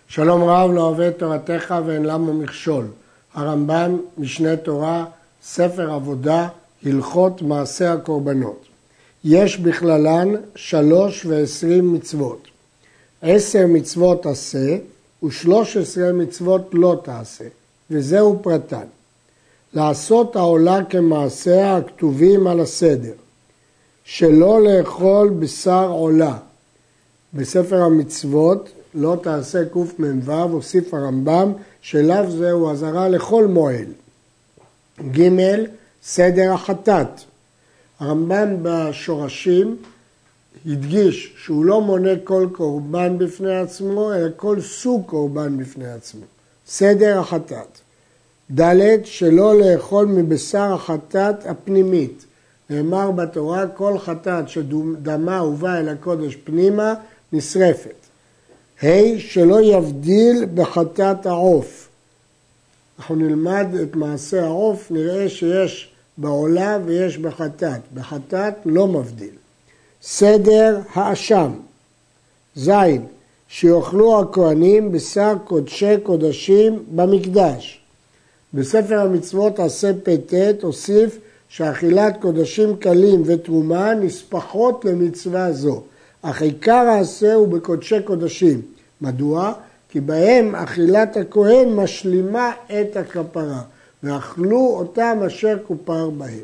שלום רב לא אוהב תורתך ואין למה מכשול. הרמב"ן, משנה תורה, ספר עבודה, הלכות מעשה הקורבנות. יש בכללן 23 מצוות. 10 מצוות עשה ו13 מצוות לא תעשה, וזהו פרטן. לעשות העולה כמעשיה הכתובים על הסדר. שלא לאכול בשר עולה. בספר המצוות לא תעשה קמ"ו, הוסיף הרמב"ם, שלאו זהו אזהרה לכל מועל. ג' סדר החטאת. הרמב"ם בשורשים הדגיש שהוא לא מונה כל קורבן בפני עצמו, אלא כל סוג קורבן בפני עצמו. סדר החטאת. ד' שלא לאכול מבשר החטאת הפנימית. נאמר בתורה, כל חטאת שדמה הובא אל הקודש פנימה, נשרפת. שלא יבדיל בחטאת העוף. אנחנו נלמד את מעשה העוף, נראה שיש בעולה ויש בחטאת. בחטאת לא מבדיל. סדר האשם. זין, שיאכלו הכהנים בשר קודשי קודשים במקדש. בספר המצוות עשה פ"ט הוסיף שאכילת קודשים קלים ותרומה נספחות למצווה זו. אך עיקר העשה הוא בקודשי קודשים. מדוע? כי בהם אכילת הכהן משלימה את הכפרה, ואכלו אותם אשר כופר בהם.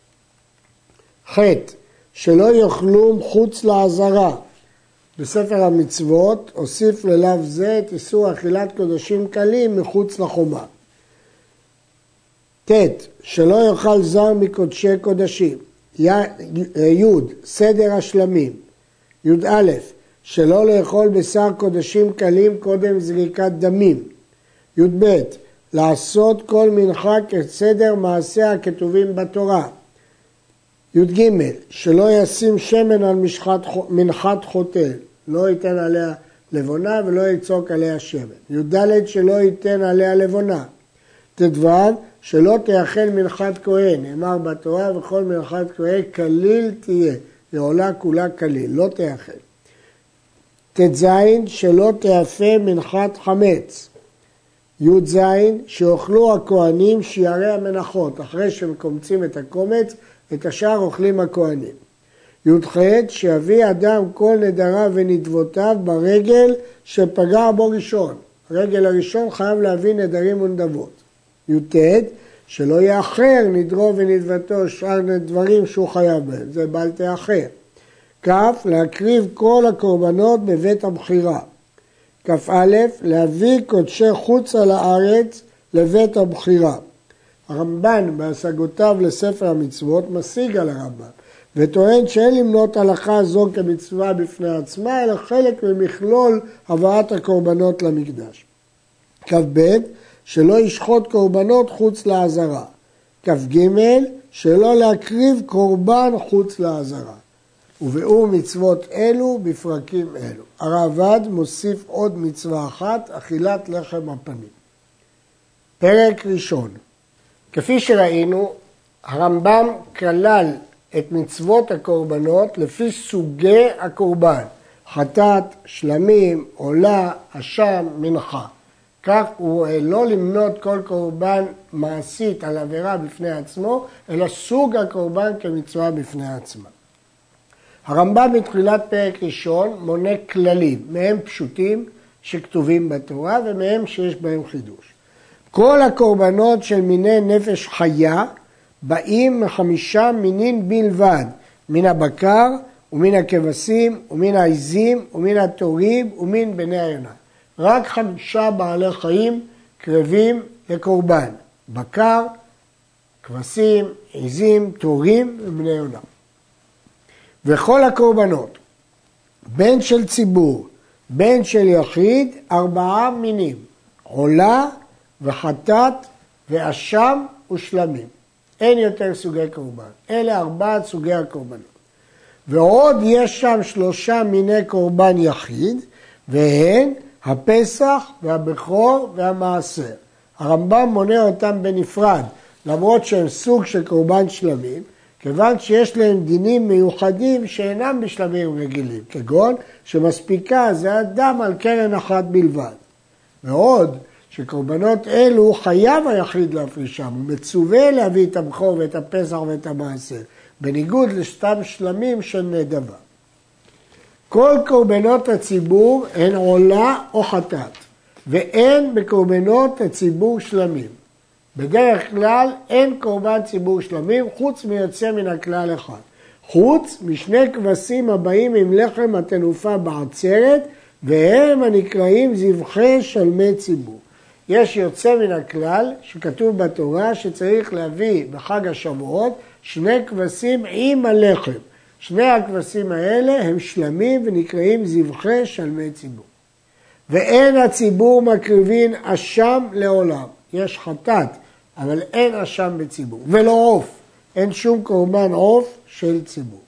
חטא, שלא יאכלו חוץ לעזרה. בספר המצוות הוסיף ללאו זה את איסור אכילת קודשים קלים מחוץ לחומה. ט' שלא יאכל זר מקודשי קודשים. י' סדר השלמים. י"א שלא לאכול בשר קודשים קלים קודם זריקת דמים. י"ב לעשות כל מנחה כסדר מעשיה הכתובים בתורה. י"ג שלא ישים שמן על מנחת חוטא, לא ייתן עליה לבונה ולא יצוק עליה שמן. י"ד שלא ייתן עליה לבונה. ט"ו שלא תאכל מנחת כהן, נאמר בתורה וכל מנחת כהן כליל תהיה, ועולה כולה כליל, לא תאכל. ט"ז שלא תאפה מנחת חמץ. י"ז שאוכלו הכהנים שיערי המנחות, אחרי שמקומצים את הקומץ, את השאר אוכלים הכהנים. י"ח שיביא אדם כל נדריו ונדבותיו ברגל שפגע בו ראשון. הרגל הראשון חייב להביא נדרים ונדבות. י"ט שלא יאחר נדרו ונדבתו שאר דברים שהוא חייב בהם, זה בל תאחר. כ' להקריב כל הקורבנות בבית הבחירה. כ"א להביא קודשי חוץ על הארץ לבית הבחירה. הרמב"ן בהשגותיו לספר המצוות משיג על הרמב"ם וטוען שאין למנות הלכה זו כמצווה בפני עצמה, אלא חלק ממכלול הבאת הקורבנות למקדש. כ"ב שלא ישחוט קורבנות חוץ לעזרה. כ"ג שלא להקריב קורבן חוץ לעזרה. וביאור מצוות אלו בפרקים אלו. הרעב"ד מוסיף עוד מצווה אחת, אכילת לחם הפנים. פרק ראשון. כפי שראינו, הרמב"ם כלל את מצוות הקורבנות לפי סוגי הקורבן. חטאת, שלמים, עולה, אשם, מנחה. כך הוא לא למנות כל קורבן מעשית על עבירה בפני עצמו, אלא סוג הקורבן כמצווה בפני עצמה. הרמב"ם בתחילת פרק ראשון מונה כללים, מהם פשוטים שכתובים בתורה ומהם שיש בהם חידוש. כל הקורבנות של מיני נפש חיה באים מ5 מינין בלבד, מן הבקר ומן הכבשים ומן העזים ומן התורים ומן בני היונה. רק 5 בעלי חיים קרבים לקורבן, בקר, כבשים, עזים, תורים ובני יונה. וכל הקורבנות, בין של ציבור, בין של יחיד, 4 מינים, עולה וחטאת ואשם ושלמים. אין יותר סוגי קורבן, אלה 4 סוגי הקורבנות. ועוד יש שם 3 מיני קורבן יחיד, והן הפסח והבכור והמעשר. הרמב"ם מונה אותם בנפרד, למרות שהם סוג של קורבן שלמים, כיוון שיש להם דינים מיוחדים שאינם בשלמים רגילים, כגון שמספיקה זה הדם על קרן אחת בלבד. ועוד שקורבנות אלו חייב היחיד להפרישם, הוא מצווה להביא את הבכור ואת הפסח ואת המעשר, בניגוד לסתם שלמים של נדבה. כל קורבנות הציבור הן עולה או חטאת, ואין בקורבנות הציבור שלמים. בדרך כלל אין קורבן ציבור שלמים חוץ מיוצא מן הכלל אחד. חוץ משני כבשים הבאים עם לחם התנופה בעצרת, והם הנקראים זבחי שלמי ציבור. יש יוצא מן הכלל שכתוב בתורה שצריך להביא בחג השבועות 2 כבשים עם הלחם. 2 הכבשים האלה הם שלמים ונקראים זבחי שלמי ציבור. ואין הציבור מקריבין אשם לעולם. יש חטאת, אבל אין אשם בציבור. ולא עוף. אין שום קורבן עוף של ציבור.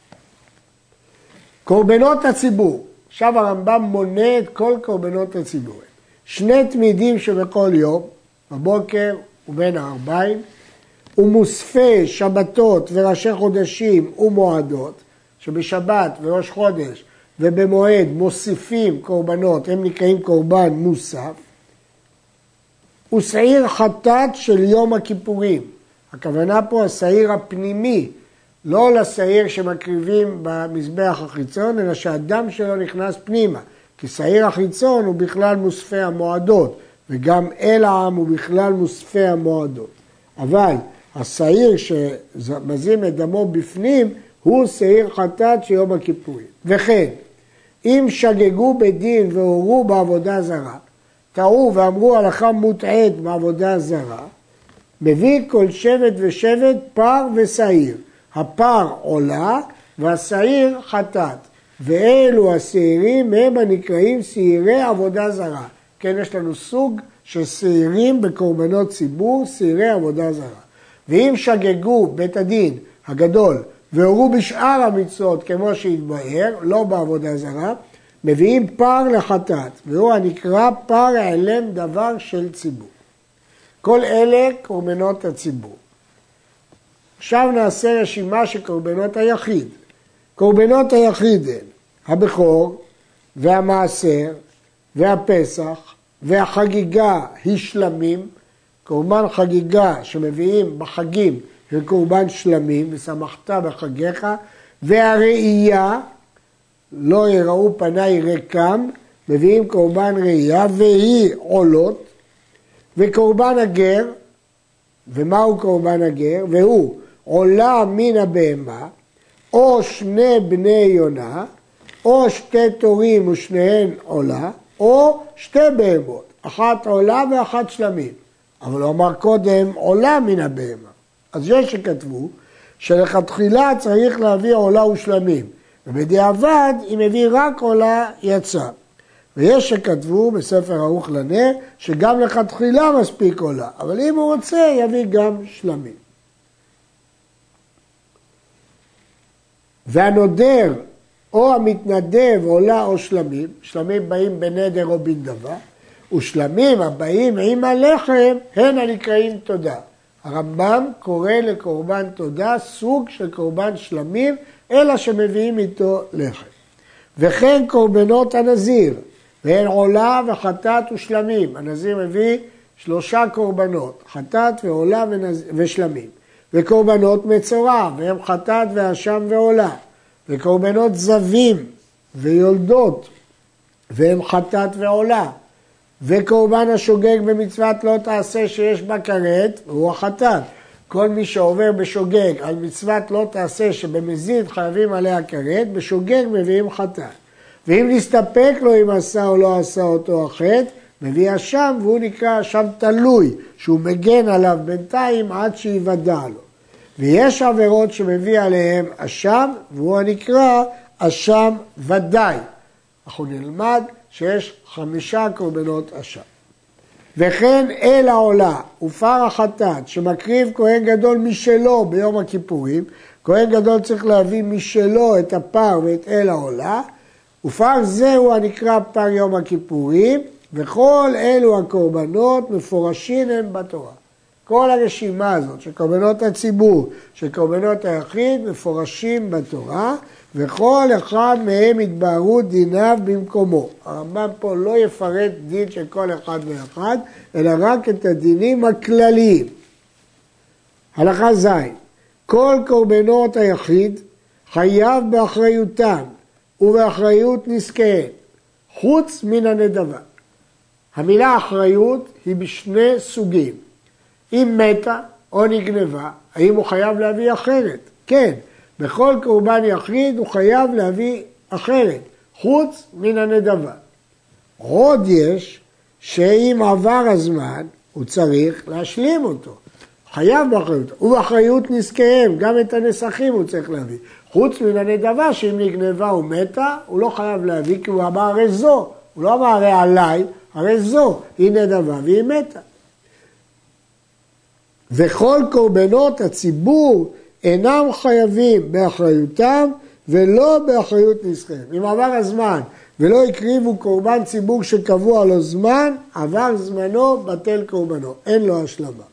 קורבנות הציבור. עכשיו הרמב"ם מונה את כל קורבנות הציבור. 2 תמידים שבכל יום, בבוקר ובין הערביים, ומוספי שבתות וראשי חודשים ומועדות, שבשבת וראש חודש ובמועד מוסיפים קורבנות, הם נקראים קורבן מוסף, ושעיר חטאת של יום הכיפורים. הכוונה פה השעיר הפנימי, לא לשעיר שמקריבים במזבח החיצון, אלא שהדם שלו נכנס פנימה. כי שעיר החיצון הוא בכלל מוספי המועדות, וגם אל העם הוא בכלל מוספי המועדות. אבל השעיר שמזים את דמו בפנים, הוא שעיר חטאת של יום הכיפורים. וכן, אם שגגו בדין והורו בעבודה זרה, טעו ואמרו הלכה מוטעית בעבודה זרה, מביא כל שבט ושבט פר ושעיר. הפר עולה והשעיר חטאת. ואלו השעירים הם הנקראים שעירי עבודה זרה. כן, יש לנו סוג של שעירים בקורבנות ציבור, שעירי עבודה זרה. ואם שגגו בית הדין הגדול והורו בשאר המצוות כמו שהתבהר, לא בעבודה זרה, מביאים פר לחטאת, והוא הנקרא פר העלם דבר של ציבור. כל אלה קורבנות הציבור. עכשיו נעשה רשימה של קורבנות היחיד. קורבנות היחיד הן הבכור והמעשר והפסח והחגיגה היא שלמים, קורבן חגיגה שמביאים בחגים של קורבן שלמים, ושמחת בחגיך, והראייה, לא יראו פניי ריקם, מביאים קורבן ראייה, והיא עולות, וקורבן הגר, ומהו קורבן הגר? והוא עולה מן הבהמה, או 2 בני יונה, או 2 תורים ושניהן עולה, או 2 בהמות, 1 עולה ו1 שלמים. אבל הוא אמר קודם עולה מן הבהמה. אז יש שכתבו שלכתחילה צריך להביא עולה ושלמים, ובדיעבד אם הביא רק עולה יצא. ויש שכתבו בספר ערוך לנר שגם לכתחילה מספיק עולה, אבל אם הוא רוצה יביא גם שלמים. והנודר או המתנדב עולה או שלמים, שלמים באים בנדר או בנדבה, ושלמים הבאים עם הלחם הן הנקראים תודה. הרמב"ם קורא לקורבן תודה סוג של קורבן שלמים, אלא שמביאים איתו לחם. וכן קורבנות הנזיר, והן עולה וחטאת ושלמים. הנזיר מביא 3 קורבנות, חטאת ועולה ושלמים. וקורבנות מצורע, והם חטאת ואשם ועולה. וקורבנות זבים ויולדות, והם חטאת ועולה. וקורבן השוגג במצוות לא תעשה שיש בה כרת, הוא החטאת. כל מי שעובר בשוגג על מצוות לא תעשה שבמזיד חייבים עליה כרת, בשוגג מביאים חטאת. ואם נסתפק לו אם עשה או לא עשה אותו החטא, מביא אשם והוא נקרא אשם תלוי, שהוא מגן עליו בינתיים עד שיוודע לו. ויש עבירות שמביא עליהם אשם, והוא הנקרא אשם ודאי. אנחנו נלמד שיש 5 קורבנות אשם. וכן אל העולה ופר החטאת שמקריב כהן גדול משלו ביום הכיפורים, כהן גדול צריך להביא משלו את הפר ואת אל העולה, ופר זהו הנקרא פר יום הכיפורים, וכל אלו הקורבנות מפורשים הם בתורה. כל הרשימה הזאת של קורבנות הציבור, של קורבנות היחיד, מפורשים בתורה, וכל אחד מהם יתבהרו דיניו במקומו. הרמב"ם פה לא יפרט דין של כל אחד ואחד, אלא רק את הדינים הכלליים. הלכה ז' כל קורבנות היחיד חייב באחריותם ובאחריות נזקיהם, חוץ מן הנדבה. המילה אחריות היא בשני סוגים. אם מתה או נגנבה, האם הוא חייב להביא אחרת? כן, בכל קורבן יחיד הוא חייב להביא אחרת, חוץ מן הנדבה. עוד יש שאם עבר הזמן, הוא צריך להשלים אותו. חייב באחריות, ובאחריות נזקיהם, גם את הנסחים הוא צריך להביא. חוץ מן הנדבה שאם נגנבה או מתה, הוא לא חייב להביא, כי הוא אמר הרי זו, הוא לא אמר הרי עליי, הרי זו, היא נדבה והיא מתה. וכל קורבנות הציבור אינם חייבים באחריותם ולא באחריות נזקיהם. אם עבר הזמן ולא הקריבו קורבן ציבור שקבוע לו זמן, עבר זמנו, בטל קורבנו, אין לו השלמה.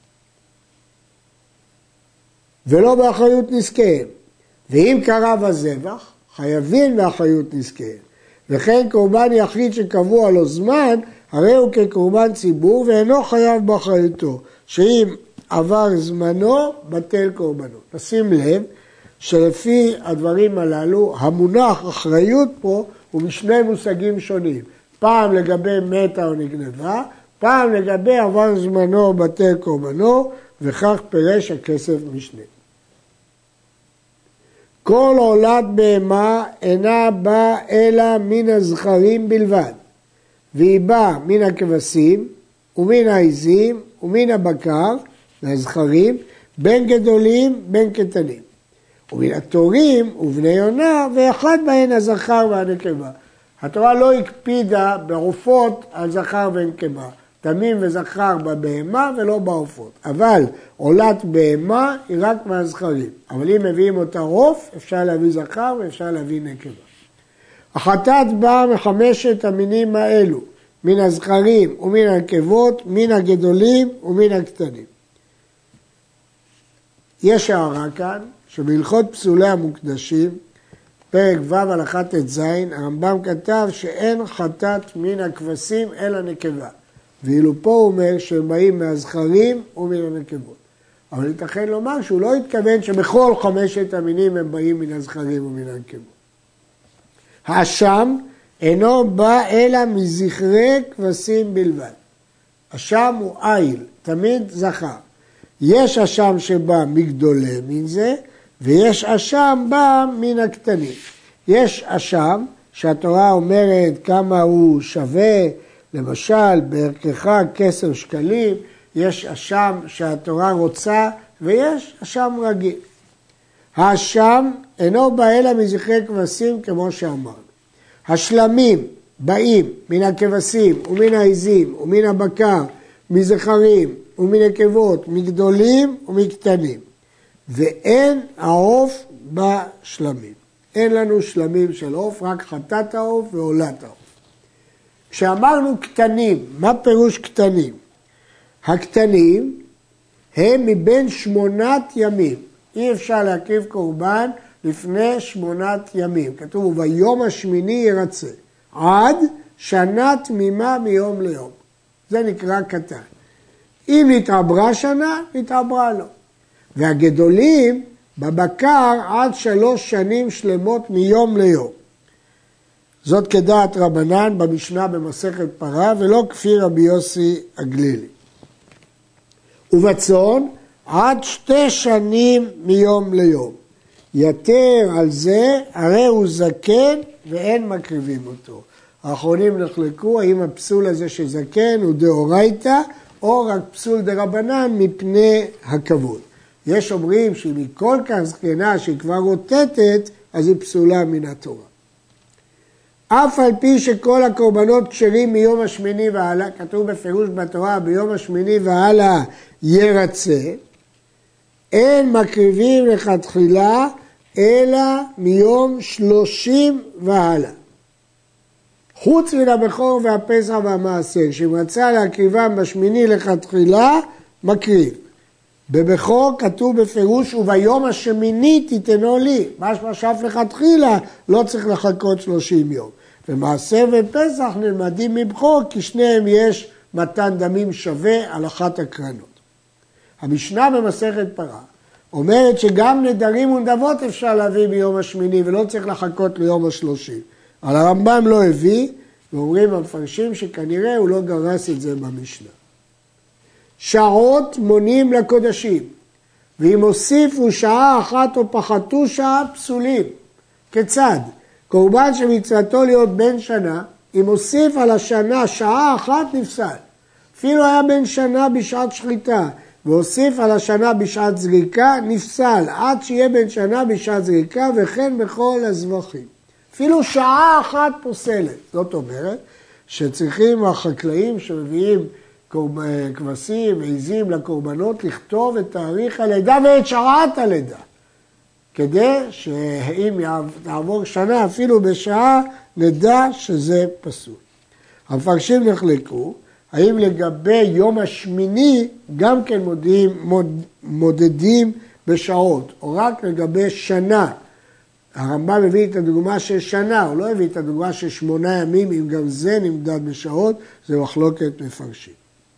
ולא באחריות נזקיהם. ואם קרב הזבח, חייבים באחריות נזקיהם. וכן קורבן יחיד שקבוע לו זמן, הרי הוא כקורבן ציבור ואינו חייב באחריותו, שאם עבר זמנו, בטל קורבנו. נשים לב שלפי הדברים הללו, המונח אחריות פה הוא משני מושגים שונים. פעם לגבי מתה או נגנבה, פעם לגבי עבר זמנו, בטל קורבנו, וכך פירש הכסף משנה. כל עולת בהמה אינה באה אלא מן הזכרים בלבד, והיא באה מן הכבשים ומן העזים ומן הבקר, מהזכרים, בין גדולים בין קטנים. ומן התורים ובני יונה, ואחד בהן הזכר והנקבה. התורה לא הקפידה בעופות על זכר ונקבה. תמים וזכר בבהמה ולא בעופות. אבל עולת בהמה היא רק מהזכרים. אבל אם מביאים אותה עוף, אפשר להביא זכר ואפשר להביא נקבה. החטאת באה מחמשת המינים האלו, מן הזכרים ומן הנקבות, מן הגדולים ומן הקטנים. יש הערה כאן, שבהלכות פסולי המוקדשים, פרק ו' הלכה ט"ז, הרמב"ם כתב שאין חטאת מן הכבשים אלא נקבה. ואילו פה הוא אומר שהם באים מהזכרים ומן הנקבות. אבל ייתכן לומר שהוא לא התכוון שבכל חמשת המינים הם באים מן הזכרים ומן הנקבות. האשם אינו בא אלא מזכרי כבשים בלבד. אשם הוא איל, תמיד זכר. יש אשם שבא מגדולי מן זה, ויש אשם בא מן הקטנים. יש אשם שהתורה אומרת כמה הוא שווה, למשל בערכך 10 שקלים, יש אשם שהתורה רוצה, ויש אשם רגיל. האשם אינו בא אלא מזכרי כבשים כמו שאמרנו. השלמים באים מן הכבשים ומן העזים ומן הבקר, מזכרים ומנקבות, מגדולים ומקטנים. ואין העוף בשלמים. אין לנו שלמים של עוף, רק חטאת העוף ועולת העוף. כשאמרנו קטנים, מה פירוש קטנים? הקטנים הם מבין 8 ימים. אי אפשר להקריב קורבן לפני 8 ימים. כתוב, וביום השמיני ירצה, עד שנה תמימה מיום ליום. זה נקרא קטן. אם נתעברה שנה, נתעברה לו. והגדולים בבקר עד 3 שנים שלמות מיום ליום. זאת כדעת רבנן במשנה במסכת פרה, ולא כפי רבי יוסי הגלילי. ובצאן עד 2 שנים מיום ליום. יתר על זה, הרי הוא זקן ואין מקריבים אותו. האחרונים נחלקו, האם הפסול הזה שזקן הוא דאורייתא, או רק פסול דרבנן מפני הכבוד. יש אומרים שהיא מכל כך זקנה שהיא כבר רוטטת, אז היא פסולה מן התורה. אף על פי שכל הקורבנות כשרים מיום השמיני והלאה, כתוב בפירוש בתורה, ביום השמיני והלאה ירצה, אין מקריבים לכתחילה, אלא מיום 30 והלאה. חוץ מן הבכור והפסח והמעשר, שאם רצה להקריבם בשמיני לכתחילה, מקריב. בבכור כתוב בפירוש, וביום השמיני תיתנו לי. משמע שאף לכתחילה לא צריך לחכות 30 יום. ומעשר ופסח נלמדים מבכור, כי שניהם יש מתן דמים שווה על אחת הקרנות. המשנה במסכת פרה אומרת שגם נדרים ונדבות אפשר להביא ביום השמיני, ולא צריך לחכות ליום ה-30. אבל הרמב"ם לא הביא, ואומרים המפרשים שכנראה הוא לא גרס את זה במשנה. שעות מונים לקודשים, ואם הוסיפו שעה אחת או פחתו שעה פסולים. כיצד? קורבן שמצוותו להיות בן שנה, אם הוסיף על השנה שעה אחת נפסל. אפילו היה בן שנה בשעת שחיטה, והוסיף על השנה בשעת זריקה, נפסל, עד שיהיה בן שנה בשעת זריקה, וכן בכל הזבחים. אפילו שעה אחת פוסלת. זאת אומרת שצריכים החקלאים שמביאים כבשים ועיזים לקורבנות לכתוב את תאריך הלידה ואת שעת הלידה, כדי שאם תעבור שנה אפילו בשעה נדע שזה פסול. המפרשים נחלקו האם לגבי יום השמיני גם כן מודדים בשעות, או רק לגבי שנה. הרמב"ם הביא את הדוגמה של שנה, הוא לא הביא את הדוגמה של 8 ימים, אם גם זה נמדד בשעות, זה מחלוקת מפרשים.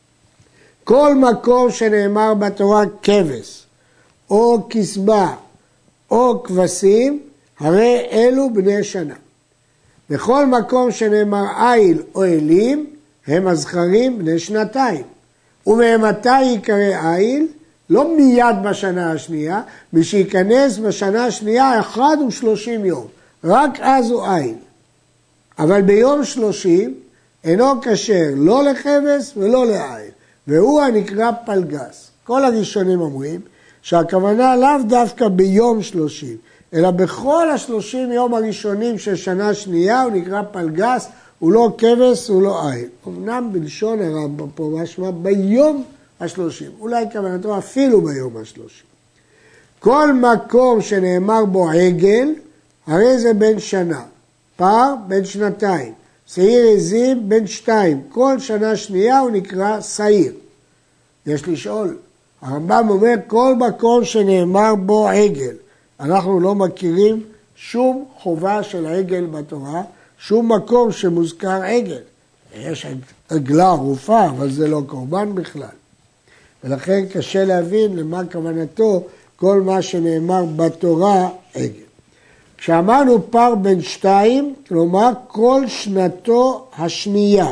כל מקום שנאמר בתורה כבש, או כסבה, או כבשים, הרי אלו בני שנה. בכל מקום שנאמר איל או אלים, הם הזכרים בני שנתיים. וממתי יקרא איל? לא מיד בשנה השנייה, משייכנס בשנה השנייה 31 יום. רק אז הוא איל. אבל ביום 30 אינו כשר לא לכבש ולא לאיל. והוא הנקרא פלגס. כל הראשונים אומרים שהכוונה לאו דווקא ביום 30, אלא בכל 30 יום הראשונים של שנה שנייה הוא נקרא פלגס, הוא לא כבש, הוא לא איל. אמנם בלשון הרמב"ם פה משמע ביום 30, אולי כוונתו אפילו ביום 30. כל מקום שנאמר בו עגל, הרי זה בן שנה, פר בן שנתיים, שעיר עזים בן 2, כל שנה שנייה הוא נקרא שעיר. יש לשאול, הרמב"ם אומר כל מקום שנאמר בו עגל, אנחנו לא מכירים שום חובה של עגל בתורה, שום מקום שמוזכר עגל. יש עגלה ערופה, אבל זה לא קורבן בכלל. ולכן קשה להבין למה כוונתו כל מה שנאמר בתורה עגל. כשאמרנו פר בן 2, כלומר כל שנתו השנייה.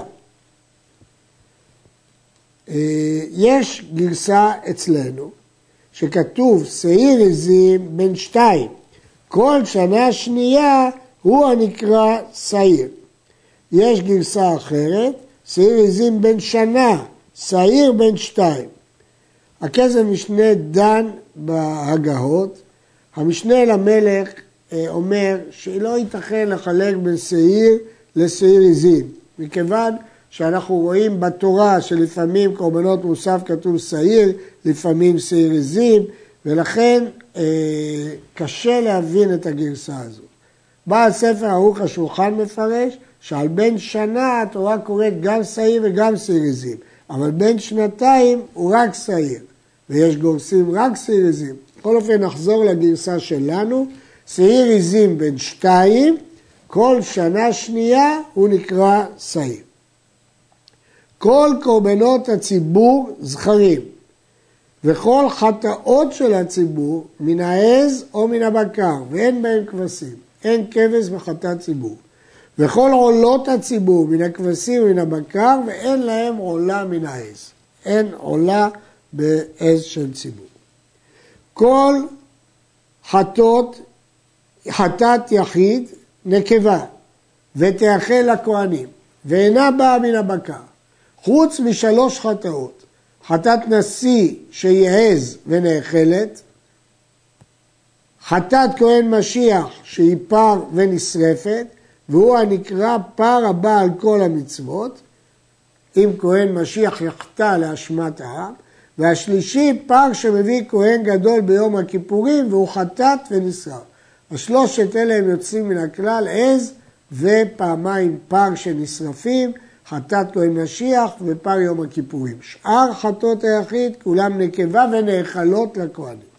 יש גרסה אצלנו שכתוב שעיר עזים בן 2, כל שנה שנייה הוא הנקרא שעיר. יש גרסה אחרת, שעיר עזים בן שנה, שעיר בן 2. הכסף משנה דן בהגהות, המשנה למלך אומר שלא ייתכן לחלק בין שעיר לשעיר עזים, מכיוון שאנחנו רואים בתורה שלפעמים קורבנות מוסף כתוב שעיר, לפעמים שעיר עזים, ולכן קשה להבין את הגרסה הזאת. בא הספר ערוך השולחן מפרש שעל בן שנה התורה קוראת גם שעיר וגם שעיר עזים, אבל בן שנתיים הוא רק שעיר, ויש גורסים רק שעיר עזים. בכל אופן נחזור לגרסה שלנו, שעיר עזים בן 2, כל שנה שנייה הוא נקרא שעיר. כל קורבנות הציבור זכרים, וכל חטאות של הציבור מן העז או מן הבקר, ואין בהם כבשים, אין כבש בחטאת ציבור. וכל עולות הציבור מן הכבשים ומן הבקר, ואין להם עולה מן העז. אין עולה בעז של ציבור. כל חטאת יחיד נקבה, ותאכל לכהנים, ואינה באה מן הבקר. חוץ מ3 חטאות, חטאת נשיא שהיא עז ונאכלת, חטאת כהן משיח שהיא פר ונשרפת, והוא הנקרא פר הבא על כל המצוות, אם כהן משיח יחטא להשמת העם, והשלישי פר שמביא כהן גדול ביום הכיפורים, והוא חטאת ונשרף. השלושת אלה הם יוצאים מן הכלל, עז ופעמיים פר שנשרפים, חטאת כהן משיח ופר יום הכיפורים. שאר חטאות היחיד כולם נקבה ונאכלות לכהנים.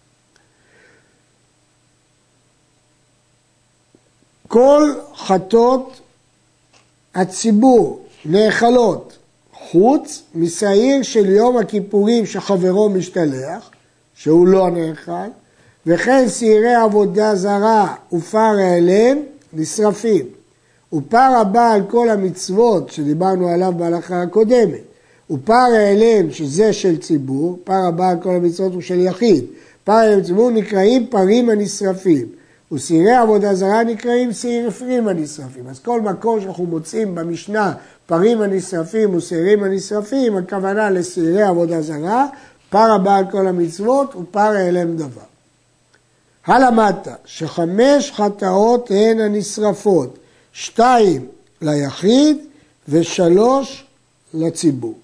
כל חטאות הציבור נאכלות חוץ משעיר של יום הכיפורים שחברו משתלח, שהוא לא נאכל, וכן שעירי עבודה זרה ופר האלם נשרפים. ופר הבא על כל המצוות שדיברנו עליו בהלכה הקודמת, ופר האלם שזה של ציבור, פר הבא על כל המצוות הוא של יחיד, פר האלם ציבור נקראים פרים הנשרפים, ושעירי עבודה זרה נקראים שעירים הנשרפים. אז כל מקום שאנחנו מוצאים במשנה פרים הנשרפים ושעירים הנשרפים, הכוונה לשעירי עבודה זרה, פר הבא על כל המצוות ופר האלם דבר. הלמדת שחמש חטאות הן הנשרפות, 2 ליחיד ו3 לציבור.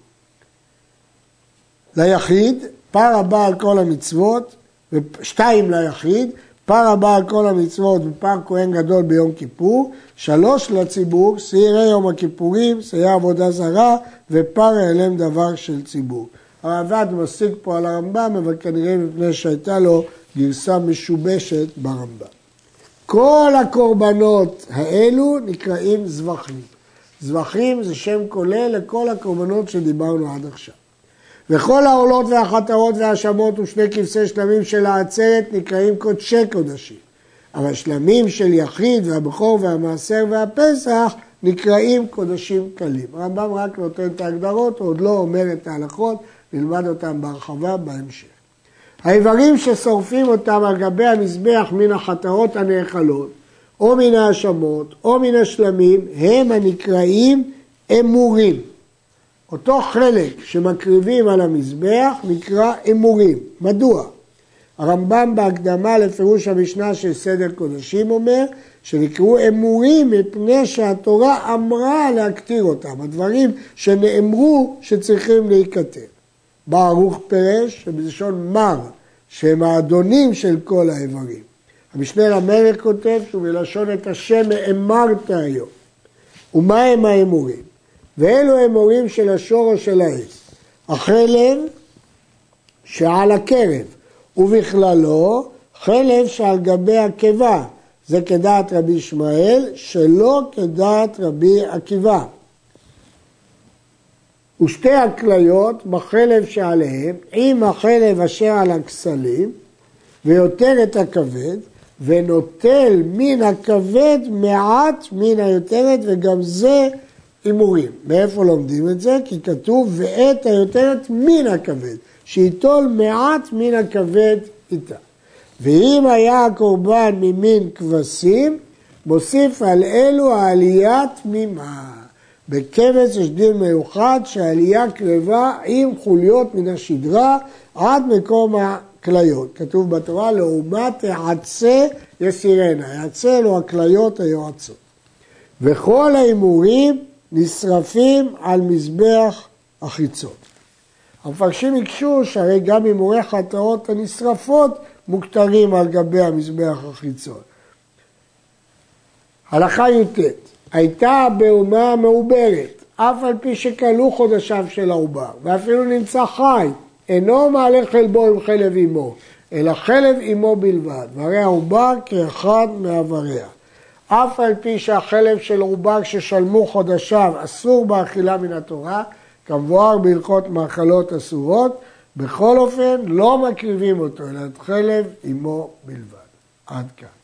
ליחיד, פר הבא על כל המצוות, 2 ליחיד, פר הבא על כל המצוות ופר כהן גדול ביום כיפור, 3 לציבור, שעירי יום הכיפורים, שעירי עבודה זרה ופר האלם דבר של ציבור. הרעב"ד משיג פה על הרמב"ם, אבל כנראה מפני שהייתה לו גרסה משובשת ברמב"ם. כל הקורבנות האלו נקראים זבחים. זבחים זה שם כולל לכל הקורבנות שדיברנו עד עכשיו. וכל העולות והחטאות והשמות ושני כבשי שלמים של העצרת נקראים קודשי קודשים. אבל שלמים של יחיד והבכור והמעשר והפסח נקראים קודשים קלים. הרמב"ם רק נותן את ההגדרות, הוא עוד לא אומר את ההלכות, נלמד אותם בהרחבה בהמשך. האיברים ששורפים אותם על גבי המזבח מן החטאות הנאכלות, או מן האשמות, או מן השלמים, הם הנקראים אמורים. אותו חלק שמקריבים על המזבח נקרא אמורים. מדוע? הרמב"ם בהקדמה לפירוש המשנה של סדר קודשים אומר שנקראו אמורים מפני שהתורה אמרה להקטיר אותם, הדברים שנאמרו שצריכים להיקטר. בערוך פרש, שבלשון מר, שהם האדונים של כל האיברים. המשנה למלך כותב שהוא מלשון את השם אמרת היום. ומה הם האמורים? ואלו אמורים של השורש של העץ. החלב שעל הקרב, ובכללו חלב שעל גבי הקיבה. זה כדעת רבי ישמעאל, שלא כדעת רבי עקיבא. ושתי הכליות בחלב שעליהם, עם החלב אשר על הכסלים, ויותר את הכבד, ונוטל מן הכבד מעט מן היותרת, וגם זה אמורים. מאיפה לומדים את זה? כי כתוב ואת היותרת מן הכבד, שיטול מעט מן הכבד איתה. ואם היה הקורבן ממין כבשים, מוסיף על אלו העליית תמימה. בכבש יש דין מיוחד שהעלייה קרבה עם חוליות מן השדרה עד מקום הכליות. כתוב בתורה לעומת העצה יסירנה. העצה לו הכליות היועצות. וכל האמורים נשרפים על מזבח החיצון. המפרשים הקשו שהרי גם אמורי חטאות הנשרפות מוכתרים על גבי המזבח החיצון. הלכה י"ט. הייתה הבהמה מעוברת, אף על פי שכלו חודשיו של העובר, ואפילו נמצא חי, אינו מעלה חלבו עם חלב אמו, אלא חלב אמו בלבד, והרי העובר כאחד מעבריה. אף על פי שהחלב של עובר ששלמו חודשיו אסור באכילה מן התורה, כמבואר בהלכות מאכלות אסורות, בכל אופן לא מקריבים אותו, אלא את חלב אמו בלבד. עד כאן.